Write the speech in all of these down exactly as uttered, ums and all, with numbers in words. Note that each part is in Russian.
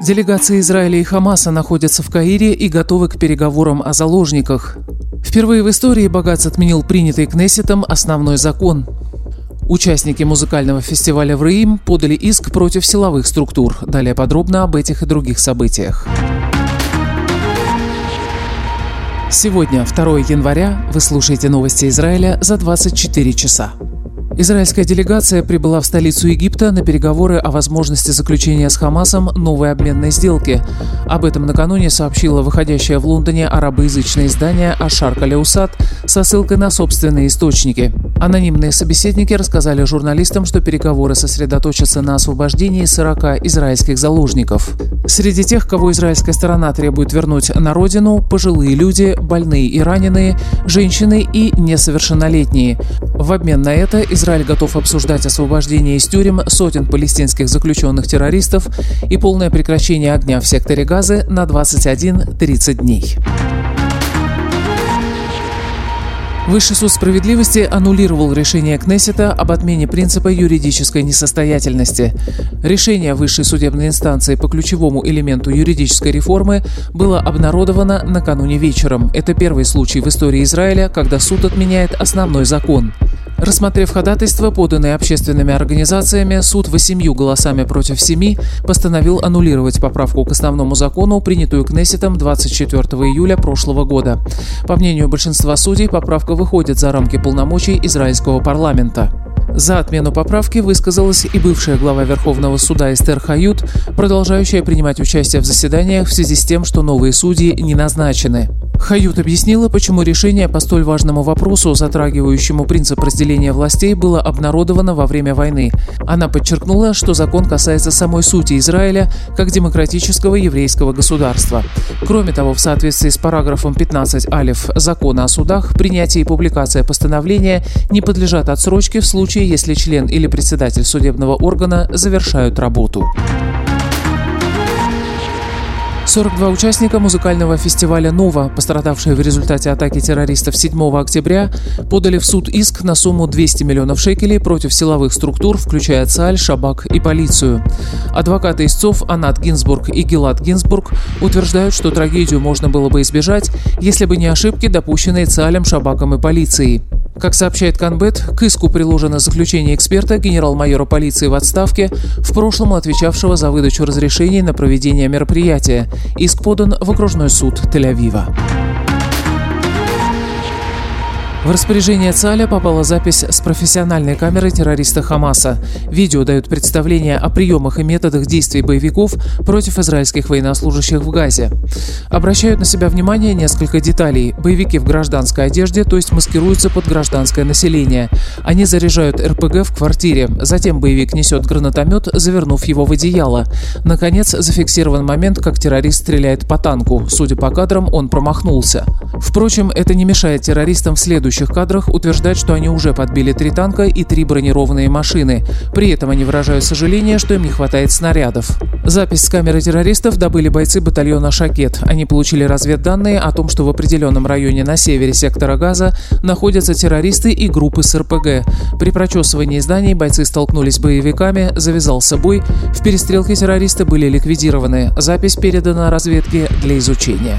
Делегации Израиля и Хамаса находятся в Каире и готовы к переговорам о заложниках. Впервые в истории Багац отменил принятый Кнессетом основной закон. Участники музыкального фестиваля в Реим подали иск против силовых структур. Далее подробно об этих и других событиях. Сегодня, второго января, вы слушаете новости Израиля за двадцать четыре часа. Израильская делегация прибыла в столицу Египта на переговоры о возможности заключения с Хамасом новой обменной сделки. Об этом накануне сообщило выходящее в Лондоне арабоязычное издание «Аш-Шарк Аль-Аусад» со ссылкой на собственные источники. Анонимные собеседники рассказали журналистам, что переговоры сосредоточатся на освобождении сорока израильских заложников. Среди тех, кого израильская сторона требует вернуть на родину, пожилые люди, больные и раненые, женщины и несовершеннолетние. В обмен на это Израиль готов обсуждать освобождение из тюрем сотен палестинских заключенных-террористов и полное прекращение огня в секторе Газы на двадцать один - тридцать дней. Высший суд справедливости аннулировал решение Кнессета об отмене принципа юридической несостоятельности. Решение высшей судебной инстанции по ключевому элементу юридической реформы было обнародовано накануне вечером. Это первый случай в истории Израиля, когда суд отменяет основной закон. Рассмотрев ходатайство, поданное общественными организациями, суд восемью голосами против семи постановил аннулировать поправку к основному закону, принятую Кнессетом двадцать четвёртого июля прошлого года. По мнению большинства судей, поправка выходит за рамки полномочий израильского парламента. За отмену поправки высказалась и бывшая глава Верховного суда Эстер Хают, продолжающая принимать участие в заседаниях в связи с тем, что новые судьи не назначены. Хают объяснила, почему решение по столь важному вопросу, затрагивающему принцип разделения властей, было обнародовано во время войны. Она подчеркнула, что закон касается самой сути Израиля как демократического еврейского государства. Кроме того, в соответствии с параграфом пятнадцать алиф Закона о судах, принятие и публикация постановления не подлежат отсрочке в случае, если член или председатель судебного органа завершают работу. сорок два участника музыкального фестиваля «Нова», пострадавшие в результате атаки террористов седьмого октября, подали в суд иск на сумму двести миллионов шекелей против силовых структур, включая ЦАЛЬ, Шабак и полицию. Адвокаты истцов Анат Гинзбург и Гилад Гинзбург утверждают, что трагедию можно было бы избежать, если бы не ошибки, допущенные ЦАЛем, Шабаком и полицией. Как сообщает Канбет, к иску приложено заключение эксперта, генерал-майора полиции в отставке, в прошлом отвечавшего за выдачу разрешений на проведение мероприятия. Иск подан в окружной суд Тель-Авива. В распоряжение ЦАЛя попала запись с профессиональной камеры террориста Хамаса. Видео дает представление о приемах и методах действий боевиков против израильских военнослужащих в Газе. Обращают на себя внимание несколько деталей. Боевики в гражданской одежде, то есть маскируются под гражданское население. Они заряжают эр пэ гэ в квартире. Затем боевик несет гранатомет, завернув его в одеяло. Наконец, зафиксирован момент, как террорист стреляет по танку. Судя по кадрам, он промахнулся. Впрочем, это не мешает террористам в следующем В кадрах утверждать, что они уже подбили три танка и три бронированные машины. При этом они выражают сожаление, что им не хватает снарядов. Запись с камеры террористов добыли бойцы батальона «Шакет». Они получили разведданные о том, что в определенном районе на севере сектора Газа находятся террористы и группы с эр пэ гэ. При прочесывании зданий бойцы столкнулись с боевиками, завязался бой. В перестрелке террористы были ликвидированы. Запись передана разведке для изучения.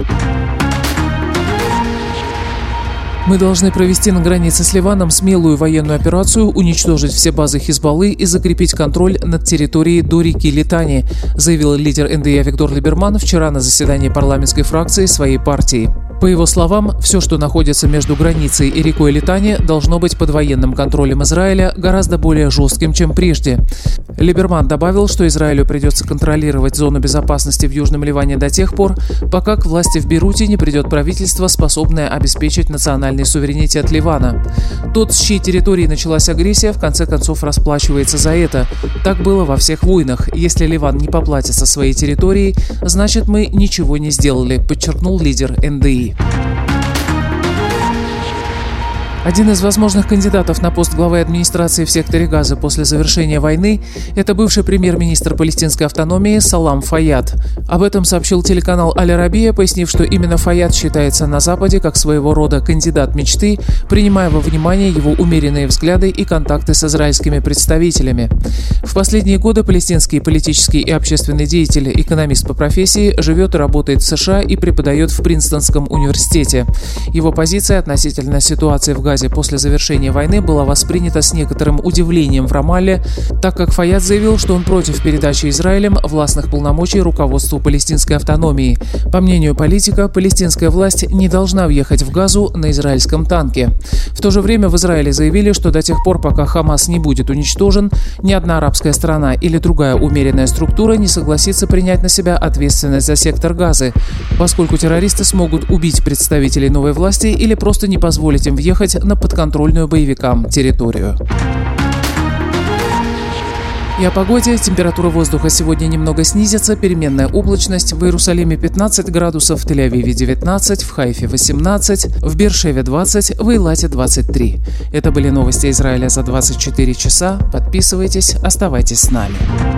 Мы должны провести на границе с Ливаном смелую военную операцию, уничтожить все базы Хизбаллы и закрепить контроль над территорией до реки Литани, заявил лидер эн дэ и Авигдор Либерман вчера на заседании парламентской фракции своей партии. По его словам, все, что находится между границей и рекой Литани, должно быть под военным контролем Израиля гораздо более жестким, чем прежде. Либерман добавил, что Израилю придется контролировать зону безопасности в Южном Ливане до тех пор, пока к власти в Бейруте не придет правительство, способное обеспечить национальный суверенитет Ливана. Тот, с чьей территории началась агрессия, в конце концов расплачивается за это. Так было во всех войнах. Если Ливан не поплатится своей территорией, значит мы ничего не сделали, подчеркнул лидер эн дэ и. Один из возможных кандидатов на пост главы администрации в секторе Газа после завершения войны – это бывший премьер-министр палестинской автономии Салам Фаяд. Об этом сообщил телеканал Аль-Арабия, пояснив, что именно Фаяд считается на Западе как своего рода кандидат мечты, принимая во внимание его умеренные взгляды и контакты с израильскими представителями. В последние годы палестинский политический и общественный деятель, экономист по профессии, живет и работает в США и преподает в Принстонском университете. Его позиция относительно ситуации в Газе после завершения войны была воспринята с некоторым удивлением в Рамалле, так как Фаяд заявил, что он против передачи Израилем властных полномочий руководству палестинской автономии. По мнению политика, палестинская власть не должна въехать в Газу на израильском танке. В то же время в Израиле заявили, что до тех пор, пока Хамас не будет уничтожен, ни одна арабская страна или другая умеренная структура не согласится принять на себя ответственность за сектор Газы, поскольку террористы смогут убить представителей новой власти или просто не позволить им въехать на подконтрольную боевикам территорию. И о погоде. Температура воздуха сегодня немного снизится, переменная облачность. В Иерусалиме пятнадцать градусов, в Тель-Авиве девятнадцать, в Хайфе восемнадцать, в Беэр-Шеве двадцать, в Эйлате двадцать три. Это были новости Израиля за двадцать четыре часа. Подписывайтесь, оставайтесь с нами.